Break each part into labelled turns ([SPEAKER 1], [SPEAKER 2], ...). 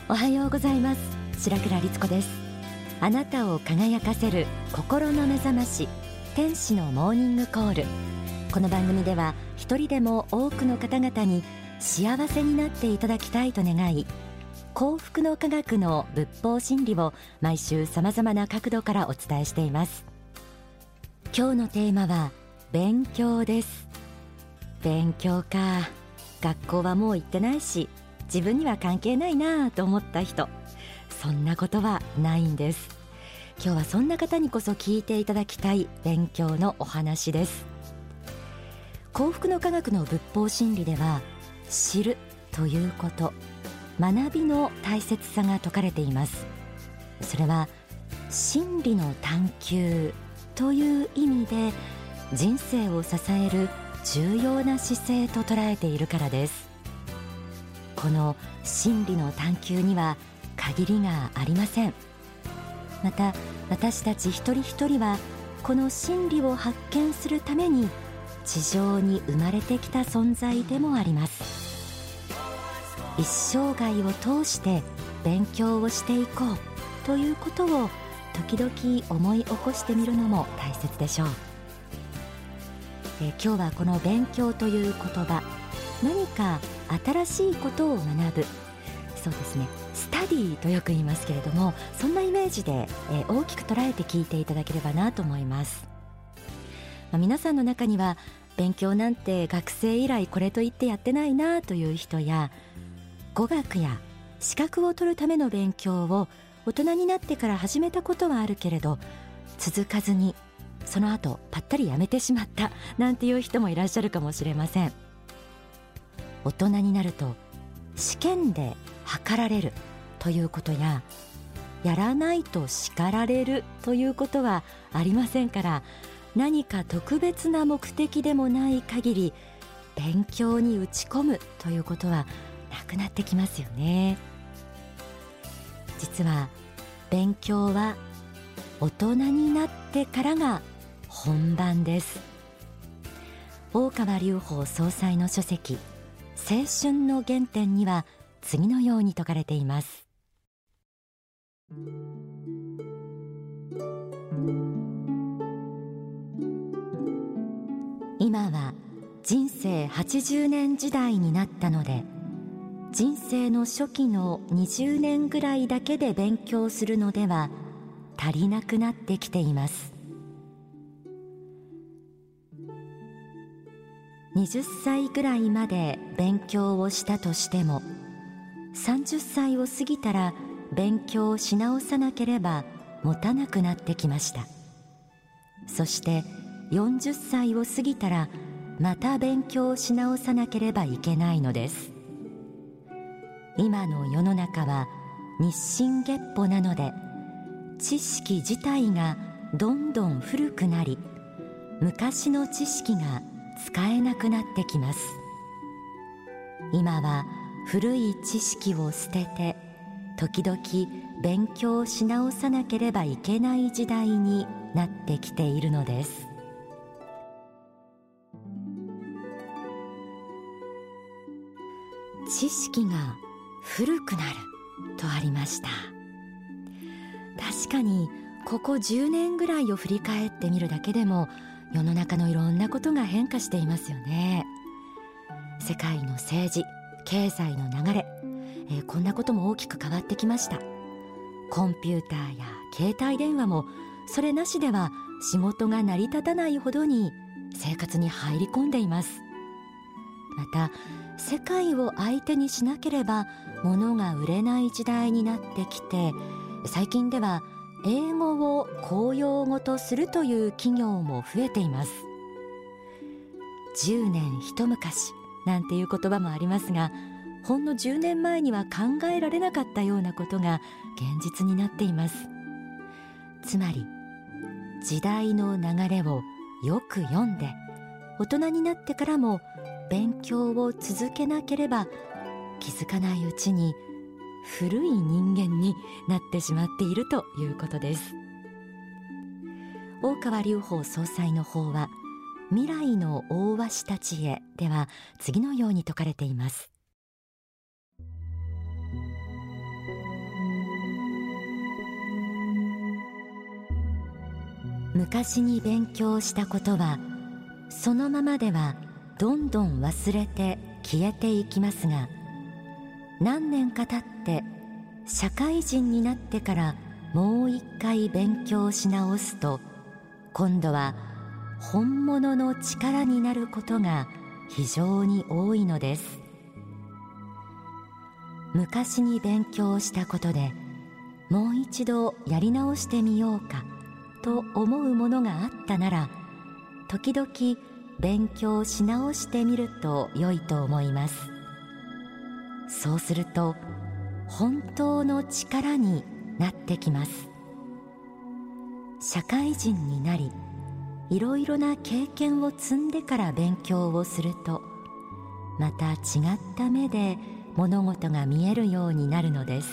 [SPEAKER 1] おはようございます。白倉律子です。あなたを輝かせる心の目覚まし、天使のモーニングコール。この番組では一人でも多くの方々に幸せになっていただきたいと願い、幸福の科学の仏法真理を毎週さまざまな角度からお伝えしています。今日のテーマは勉強です。勉強か。学校はもう行ってないし、自分には関係ないなと思った人、そんなことはないんです。今日はそんな方にこそ聞いていただきたい勉強のお話です。幸福の科学の仏法真理では、知るということ、学びの大切さが説かれています。それは真理の探求という意味で、人生を支える重要な姿勢と捉えているからです。この真理の探求には限りがありません。また私たち一人一人はこの真理を発見するために地上に生まれてきた存在でもあります。一生涯を通して勉強をしていこうということを時々思い起こしてみるのも大切でしょう。今日はこの勉強という言葉、何か新しいことを学ぶ、そうですね、スタディとよく言いますけれども、そんなイメージで、大きく捉えて聞いていただければなと思います。皆さんの中には勉強なんて学生以来これと言ってやってないなという人や、語学や資格を取るための勉強を大人になってから始めたことはあるけれど続かずにその後ぱったりやめてしまったなんていう人もいらっしゃるかもしれません。大人になると試験で測られるということや、やらないと叱られるということはありませんから、何か特別な目的でもない限り勉強に打ち込むということはなくなってきますよね。実は勉強は大人になってからが本番です。大川隆法総裁の書籍青春の原点には次のように説かれています。今は人生80年時代になったので、人生の初期の20年ぐらいだけで勉強するのでは足りなくなってきています。20歳ぐらいまで勉強をしたとしても、30歳を過ぎたら勉強をし直さなければ持たなくなってきました。そして40歳を過ぎたらまた勉強をし直さなければいけないのです。今の世の中は日進月歩なので、知識自体がどんどん古くなり、昔の知識が使えなくなってきます。今は古い知識を捨てて時々勉強し直さなければいけない時代になってきているのです。知識が古くなるとありました。確かにここ10年ぐらいを振り返ってみるだけでも世の中のいろんなことが変化していますよね。世界の政治、経済の流れ、こんなことも大きく変わってきました。コンピューターや携帯電話もそれなしでは仕事が成り立たないほどに生活に入り込んでいます。また世界を相手にしなければ物が売れない時代になってきて、最近では英語を公用語とするという企業も増えています。10年一昔なんていう言葉もありますが、ほんの10年前には考えられなかったようなことが現実になっています。つまり時代の流れをよく読んで、大人になってからも勉強を続けなければ気づかないうちに古い人間になってしまっているということです。大川隆法総裁の法は未来の大鷲たちへでは次のように説かれています。 昔に勉強したことはそのままではどんどん忘れて消えていきますが、何年か経って社会人になってからもう一回勉強し直すと、今度は本物の力になることが非常に多いのです。昔に勉強したことでもう一度やり直してみようかと思うものがあったなら、時々勉強し直してみると良いと思います。そうすると本当の力になってきます。社会人になり、いろいろな経験を積んでから勉強をすると、また違った目で物事が見えるようになるのです。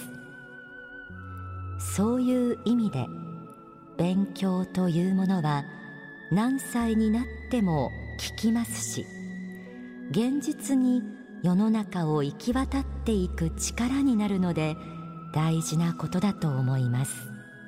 [SPEAKER 1] そういう意味で勉強というものは何歳になっても効きますし、現実に世の中を行き渡っていく力になるので大事なことだと思います。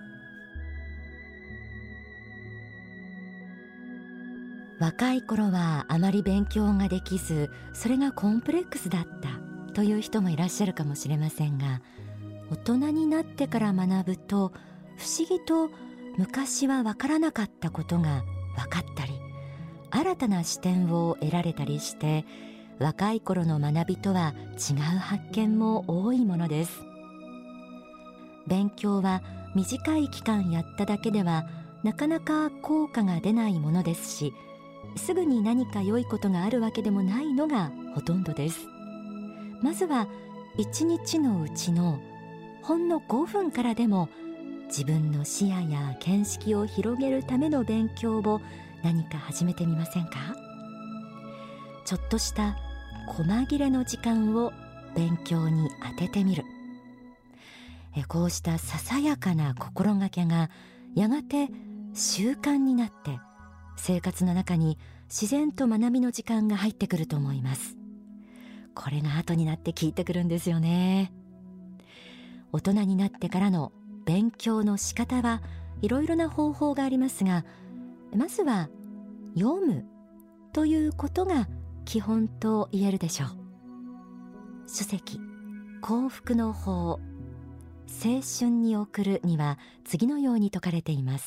[SPEAKER 1] 若い頃はあまり勉強ができず、それがコンプレックスだったという人もいらっしゃるかもしれませんが、大人になってから学ぶと不思議と昔は分からなかったことが分かったり、新たな視点を得られたりして、若い頃の学びとは違う発見も多いものです。勉強は短い期間やっただけではなかなか効果が出ないものですし、すぐに何か良いことがあるわけでもないのがほとんどです。まずは一日のうちのほんの5分からでも自分の視野や見識を広げるための勉強を何か始めてみませんか？ちょっとした細切れの時間を勉強に当ててみる。こうしたささやかな心がけがやがて習慣になって、生活の中に自然と学びの時間が入ってくると思います。これが後になって効いてくるんですよね。大人になってからの勉強の仕方はいろいろな方法がありますが、まずは読むということが基本と言えるでしょう。書籍幸福の法、青春に送るには次のように説かれています。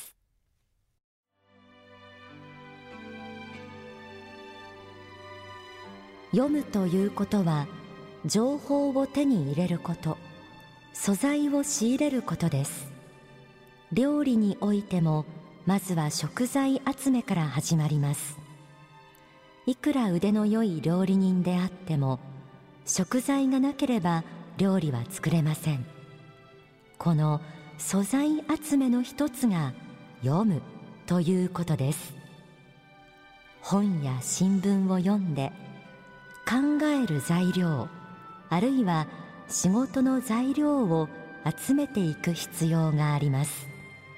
[SPEAKER 1] 読むということは情報を手に入れること、素材を仕入れることです。料理においてもまずは食材集めから始まります。いくら腕の良い料理人であっても食材がなければ料理は作れません。この素材集めの一つが読むということです。本や新聞を読んで考える材料、あるいは仕事の材料を集めていく必要があります。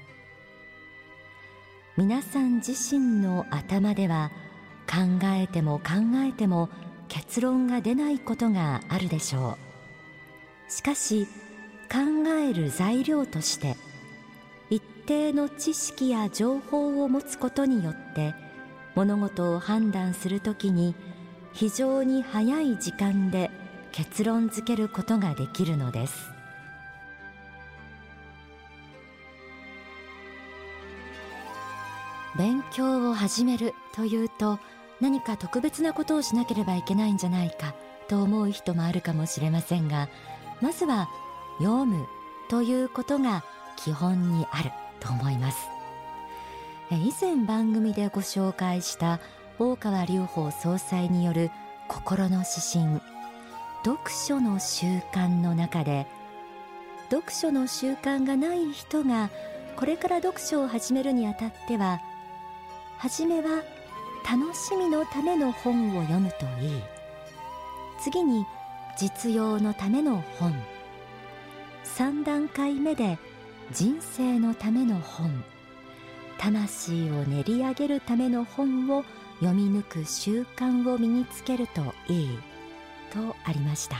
[SPEAKER 1] 皆さん自身の頭では考えても考えても結論が出ないことがあるでしょう。しかし考える材料として一定の知識や情報を持つことによって物事を判断するときに非常に早い時間で結論づけることができるのです。勉強を始めるというと何か特別なことをしなければいけないんじゃないかと思う人もあるかもしれませんが、まずは読むということが基本にあると思います。以前番組でご紹介した大川隆法総裁による心の指針、読書の習慣の中で、読書の習慣がない人がこれから読書を始めるにあたっては、初めは楽しみのための本を読むといい。次に実用のための本、3段階目で人生のための本、魂を練り上げるための本を読み抜く習慣を身につけるといいとありました。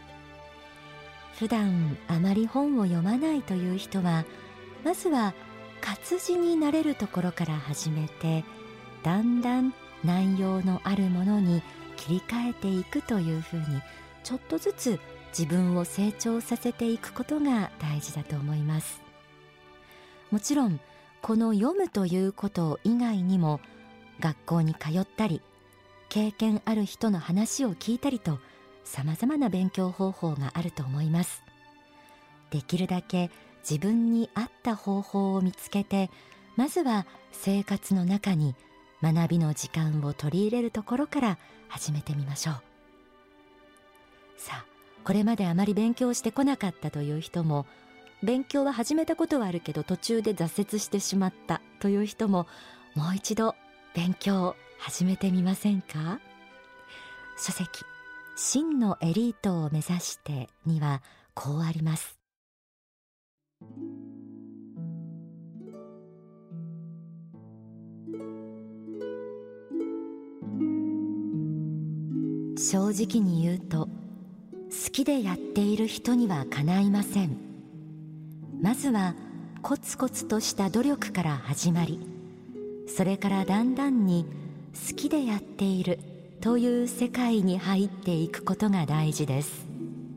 [SPEAKER 1] 普段あまり本を読まないという人は、まずは活字になれるところから始めて、だんだん内容のあるものに切り替えていくというふうに、ちょっとずつ自分を成長させていくことが大事だと思います。もちろんこの読むということ以外にも、学校に通ったり経験ある人の話を聞いたりと、さまざまな勉強方法があると思います。できるだけ自分に合った方法を見つけて、まずは生活の中に学びの時間を取り入れるところから始めてみましょう。さあ、これまであまり勉強してこなかったという人も、勉強は始めたことはあるけど途中で挫折してしまったという人も、もう一度勉強を始めてみませんか？書籍真のエリートを目指してにはこうあります。正直に言うと、好きでやっている人にはかないません。まずはコツコツとした努力から始まり、それからだんだんに好きでやっているという世界に入っていくことが大事です。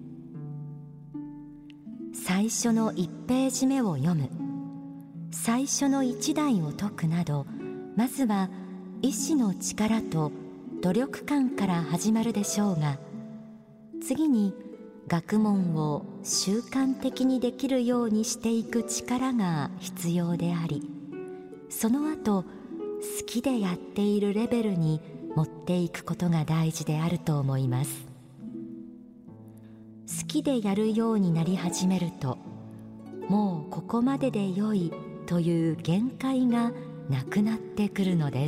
[SPEAKER 1] 最初の1ページ目を読む、最初の1題を解くなど、まずは意志の力と努力感から始まるでしょうが、次に学問を習慣的にできるようにしていく力が必要であり、その後好きでやっているレベルに持っていくことが大事であると思います。好きでやるようになり始めると、もうここまでで良いという限界がなくなってくるのです。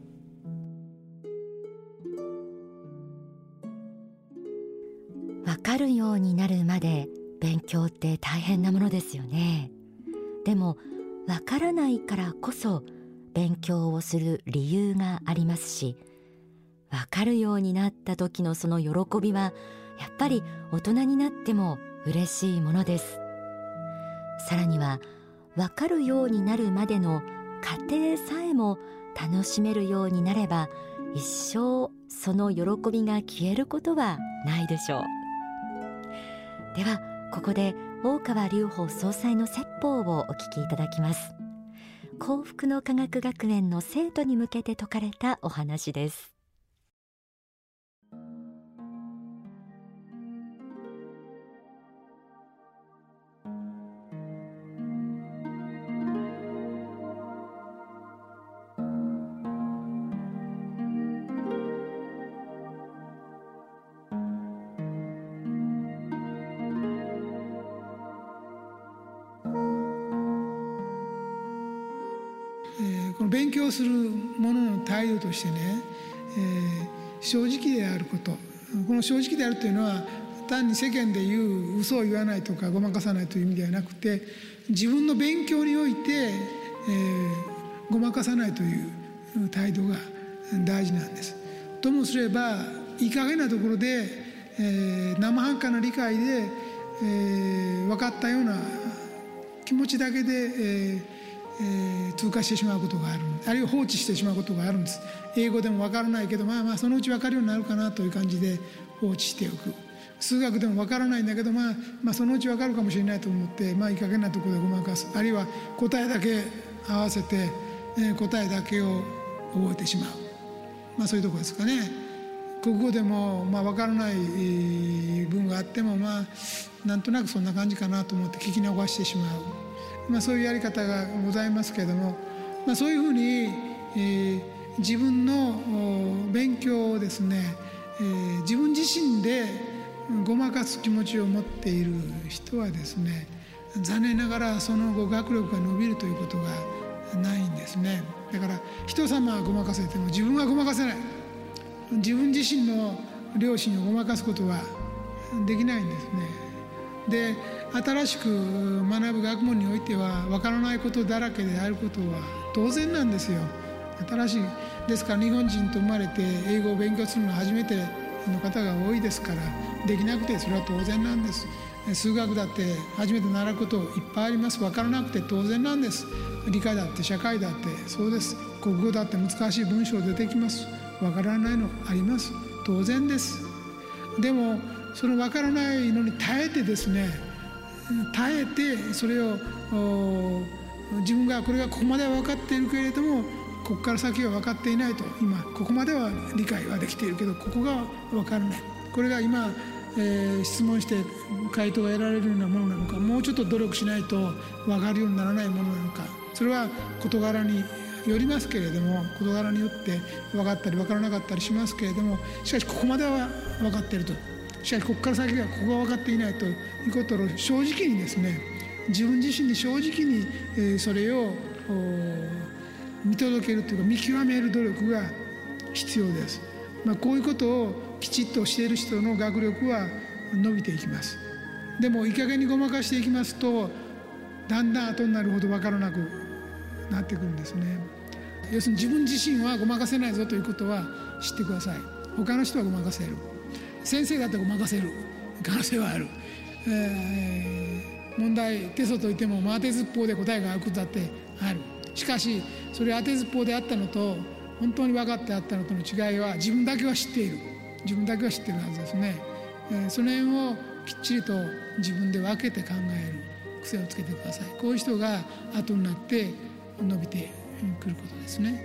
[SPEAKER 1] わかるようになるまで勉強って大変なものですよね。でもわからないからこそ勉強をする理由がありますし、わかるようになった時のその喜びはやっぱり大人になっても嬉しいものです。さらにはわかるようになるまでの過程さえも楽しめるようになれば、一生その喜びが消えることはないでしょう。ではここで大川隆法総裁の説法をお聞きいただきます。幸福の科学学園の生徒に向けて説かれたお話です。
[SPEAKER 2] この勉強する者の態度としてね、正直であること、この正直であるというのは単に世間で言う嘘を言わないとかごまかさないという意味ではなくて、自分の勉強において、ごまかさないという態度が大事なんです。ともすればいい加減なところで、生半可な理解で、分かったような気持ちだけで、通過してしまうことがある、あるいは放置してしまうことがあるんです。英語でも分からないけど、そのうち分かるようになるかなという感じで放置しておく。数学でも分からないんだけど、そのうち分かるかもしれないと思って、いい加減なところでごまかす。あるいは答えだけ合わせて、答えだけを覚えてしまう、そういうところですかね。国語でも、分からない文があっても、なんとなくそんな感じかなと思って聞き流してしまう、そういうやり方がございますけれども、そういうふうに、自分の勉強をですね、自分自身でごまかす気持ちを持っている人はですね、残念ながらその後学力が伸びるということがないんですね。だから人様はごまかせても自分はごまかせない。自分自身の良心をごまかすことはできないんですね。で、新しく学ぶ学問においては分からないことだらけであることは当然なんですよ。新しいですから、日本人と生まれて英語を勉強するのは初めての方が多いですから、できなくてそれは当然なんです。数学だって初めて習うこといっぱいあります。分からなくて当然なんです。理科だって社会だってそうです。国語だって難しい文章出てきます。分からないのあります。当然です。でもその分からないのに耐えてですね、耐えてそれを自分がこれがここまでは分かっているけれども、ここから先は分かっていないと。今ここまでは理解はできているけどここが分からない。これが今、質問して回答が得られるようなものなのか、もうちょっと努力しないと分かるようにならないものなのか、それは事柄によりますけれども、事柄によって分かったり分からなかったりしますけれども、しかしここまでは分かっていると。しかしここから先はここが分かっていないということを正直にですね、自分自身に正直に、それを見届けるというか見極める努力が必要です。こういうことをきちっとしている人の学力は伸びていきます。でもいい加減にごまかしていきますと、だんだん後になるほど分からなくなってくるんですね。要するに自分自身はごまかせないぞということは知ってください。他の人はごまかせる。先生だってごまかせる可能性はある。問題テスト解いても当てずっぽうで答えが合うことだってある。しかしそれ当てずっぽうであったのと本当に分かってあったのとの違いは自分だけは知っている。自分だけは知っているはずですね。その辺をきっちりと自分で分けて考える癖をつけてください。こういう人が後になって伸びてくることですね。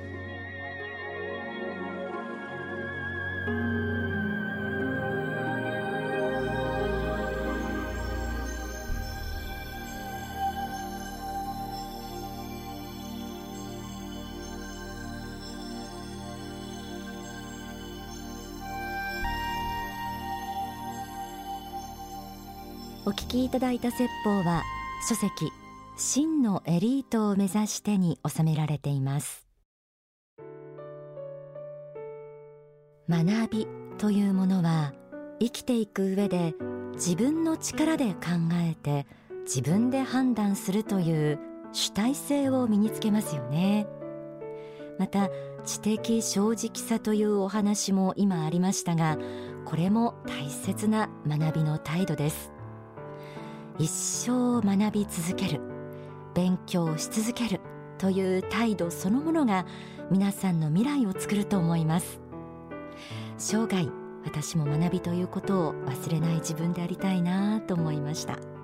[SPEAKER 1] お聞きいただいた説法は書籍真のエリートを目指してに収められています。学びというものは生きていく上で自分の力で考えて自分で判断するという主体性を身につけますよね。また知的正直さというお話も今ありましたが、これも大切な学びの態度です。一生学び続ける、勉強し続けるという態度そのものが皆さんの未来を作ると思います。生涯私も学びということを忘れない自分でありたいなと思いました。